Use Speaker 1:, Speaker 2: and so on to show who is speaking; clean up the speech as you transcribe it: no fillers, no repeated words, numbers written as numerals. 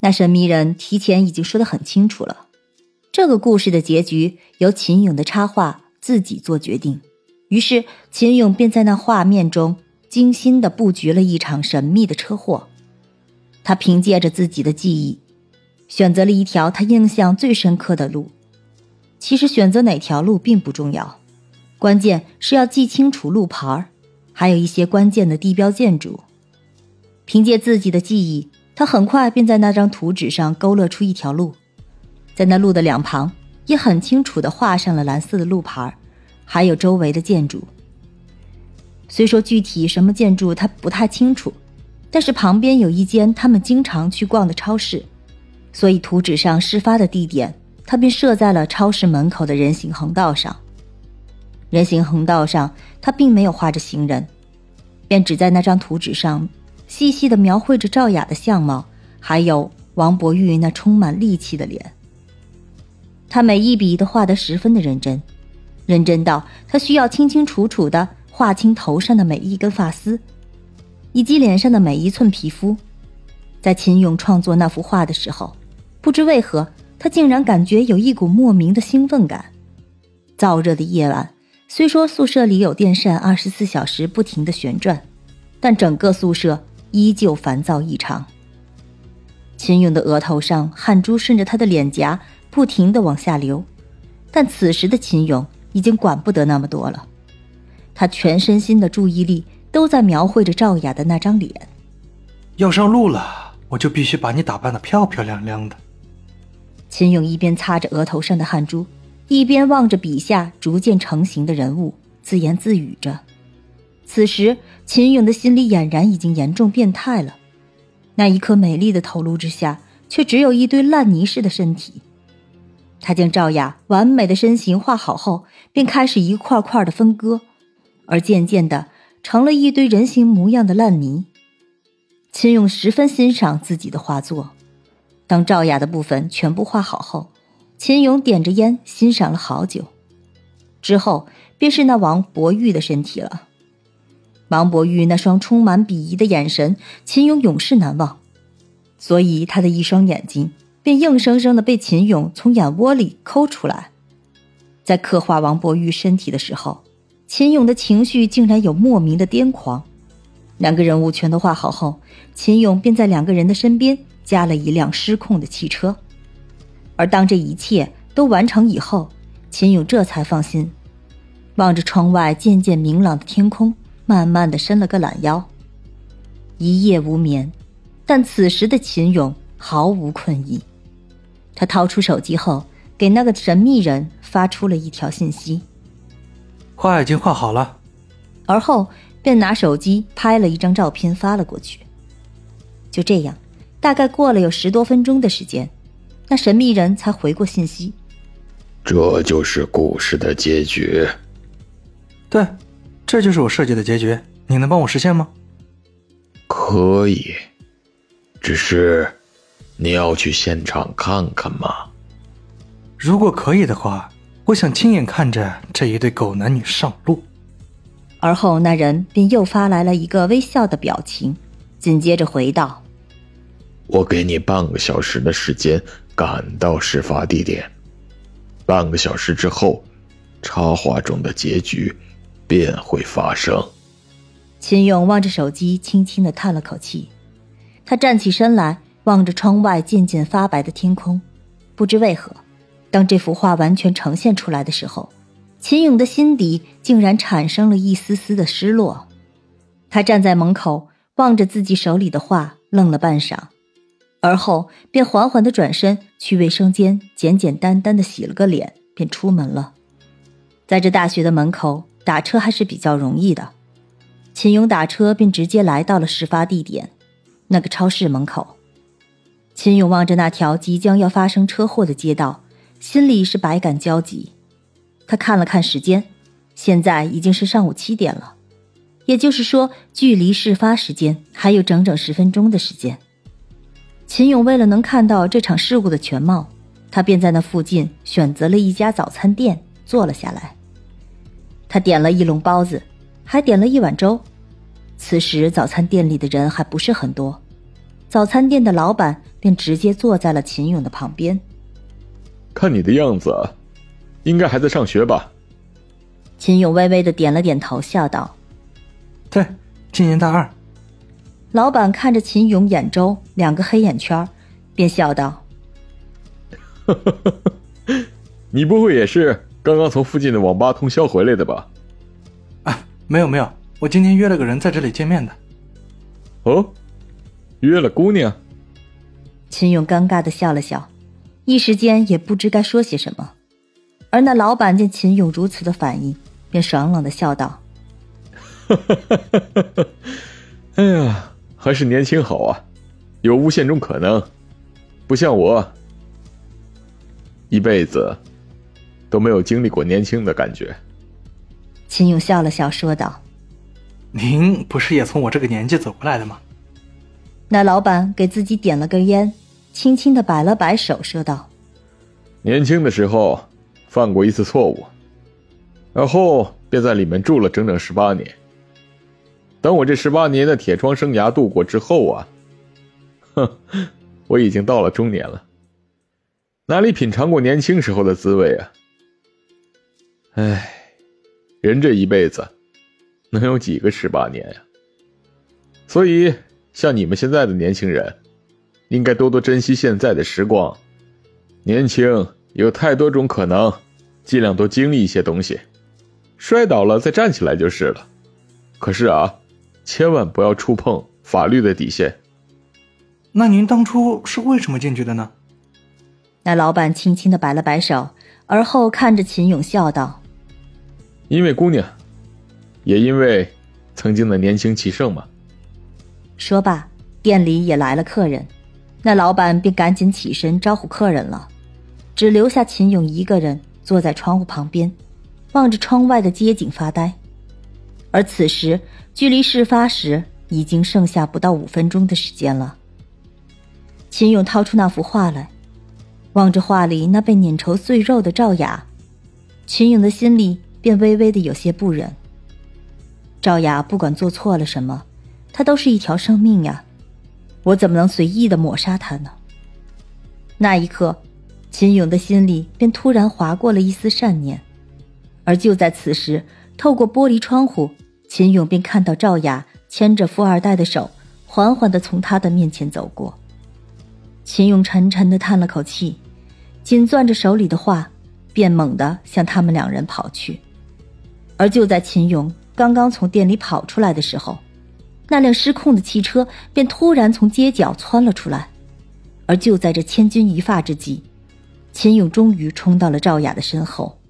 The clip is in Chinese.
Speaker 1: 那神秘人提前已经说得很清楚了，这个故事的结局由秦勇的插画自己做决定。于是秦勇便在那画面中精心地布局了一场神秘的车祸。他凭借着自己的记忆，选择了一条他印象最深刻的路。其实选择哪条路并不重要，关键是要记清楚路牌，还有一些关键的地标建筑。凭借自己的记忆，他很快便在那张图纸上勾勒出一条路，在那路的两旁也很清楚地画上了蓝色的路牌，还有周围的建筑。虽说具体什么建筑他不太清楚，但是旁边有一间他们经常去逛的超市，所以图纸上事发的地点他便设在了超市门口的人行横道上。人行横道上他并没有画着行人，便只在那张图纸上细细地描绘着赵雅的相貌，还有王伯玉那充满戾气的脸。他每一笔都画得十分的认真，认真到他需要清清楚楚地画清头上的每一根发丝，以及脸上的每一寸皮肤。在秦勇创作那幅画的时候，不知为何他竟然感觉有一股莫名的兴奋感。燥热的夜晚，虽说宿舍里有电扇24小时不停地旋转，但整个宿舍依旧烦躁异常。秦勇的额头上汗珠顺着他的脸颊不停地往下流，但此时的秦勇已经管不得那么多了，他全身心的注意力都在描绘着赵雅的那张脸。
Speaker 2: 要上路了，我就必须把你打扮得漂漂亮亮的。
Speaker 1: 秦勇一边擦着额头上的汗珠，一边望着笔下逐渐成型的人物，自言自语着。此时秦勇的心里俨然已经严重变态了，那一颗美丽的头颅之下却只有一堆烂泥似的身体。他将赵雅完美的身形画好后，便开始一块块的分割，而渐渐的成了一堆人形模样的烂泥。秦勇十分欣赏自己的画作，当赵雅的部分全部画好后，秦勇点着烟欣赏了好久。之后便是那王伯玉的身体了。王伯玉那双充满鄙夷的眼神，秦勇永世难忘，所以他的一双眼睛便硬生生地被秦勇从眼窝里抠出来。在刻画王伯玉身体的时候，秦勇的情绪竟然有莫名的癫狂。两个人物全都画好后，秦勇便在两个人的身边加了一辆失控的汽车。而当这一切都完成以后，秦勇这才放心，望着窗外渐渐明朗的天空，慢慢地伸了个懒腰。一夜无眠，但此时的秦勇毫无困意。他掏出手机后，给那个神秘人发出了一条信息：
Speaker 2: 画已经画好了。
Speaker 1: 而后便拿手机拍了一张照片发了过去。就这样，大概过了有10多分钟的时间，那神秘人才回过信息：
Speaker 3: 这就是故事的结局。
Speaker 2: 对，这就是我设计的结局，你能帮我实现吗？
Speaker 3: 可以，只是你要去现场看看吗？
Speaker 2: 如果可以的话，我想亲眼看着这一对狗男女上路。
Speaker 1: 而后那人便又发来了一个微笑的表情，紧接着回道：
Speaker 3: 我给你半个小时的时间赶到事发地点，半个小时之后，插画中的结局便会发生。
Speaker 1: 秦勇望着手机轻轻地叹了口气，他站起身来，望着窗外渐渐发白的天空。不知为何，当这幅画完全呈现出来的时候，秦勇的心底竟然产生了一丝丝的失落。他站在门口望着自己手里的画，愣了半晌，而后便缓缓地转身去卫生间简简单单地洗了个脸，便出门了。在这大学的门口打车还是比较容易的，秦勇打车便直接来到了事发地点，那个超市门口。秦勇望着那条即将要发生车祸的街道，心里是百感交集。他看了看时间，现在已经是上午7点了，也就是说距离事发时间还有整整10分钟的时间。秦勇为了能看到这场事故的全貌，他便在那附近选择了一家早餐店坐了下来。他点了1笼包子，还点了1碗粥。此时早餐店里的人还不是很多， 早餐店的老板便直接坐在了秦勇的旁边。
Speaker 3: 看你的样子，应该还在上学吧？
Speaker 1: 秦勇微微的点了点头，笑道：
Speaker 2: 对，今年大2。
Speaker 1: 老板看着秦勇眼周2个黑眼圈，便笑道：
Speaker 3: 你不会也是刚刚从附近的网吧通宵回来的吧？
Speaker 2: 啊，没有，我今天约了个人在这里见面的。
Speaker 3: 哦，约了姑娘？
Speaker 1: 秦勇尴尬的笑了笑，一时间也不知该说些什么。而那老板见秦勇如此的反应，便爽朗的笑道：
Speaker 3: 哎呀，还是年轻好啊，有无限种可能，不像我一辈子都没有经历过年轻的感觉。
Speaker 1: 秦勇笑了笑说道：
Speaker 2: 您不是也从我这个年纪走过来的吗？
Speaker 1: 那老板给自己点了根烟，轻轻地摆了摆手说道：
Speaker 3: 年轻的时候犯过一次错误，然后便在里面住了整整18年。等我这18年的铁窗生涯度过之后啊，我已经到了中年了，哪里品尝过年轻时候的滋味啊？唉，人这一辈子能有几个18年呀？所以像你们现在的年轻人，应该多多珍惜现在的时光。年轻有太多种可能，尽量多经历一些东西，摔倒了再站起来就是了。可是啊，千万不要触碰法律的底线。
Speaker 2: 那您当初是为什么进去的呢？
Speaker 1: 那老板轻轻地摆了摆手，而后看着秦勇笑道：
Speaker 3: 因为姑娘，也因为曾经的年轻气盛嘛。
Speaker 1: 说罢，店里也来了客人，那老板便赶紧起身招呼客人了，只留下秦勇一个人坐在窗户旁边，望着窗外的街景发呆。而此时距离事发时已经剩下不到5分钟的时间了。秦勇掏出那幅画来，望着画里那被碾成碎肉的赵雅，秦勇的心里便微微的有些不忍。赵雅不管做错了什么，她都是一条生命呀，我怎么能随意的抹杀她呢？那一刻，秦勇的心里便突然划过了一丝善念。而就在此时，透过玻璃窗户，秦勇便看到赵雅牵着富二代的手，缓缓地从他的面前走过。秦勇沉沉地叹了口气，紧攥着手里的画，便猛地向他们2人跑去。而就在秦勇刚刚从店里跑出来的时候，那辆失控的汽车便突然从街角窜了出来。而就在这千钧一发之际，秦勇终于冲到了赵雅的身后。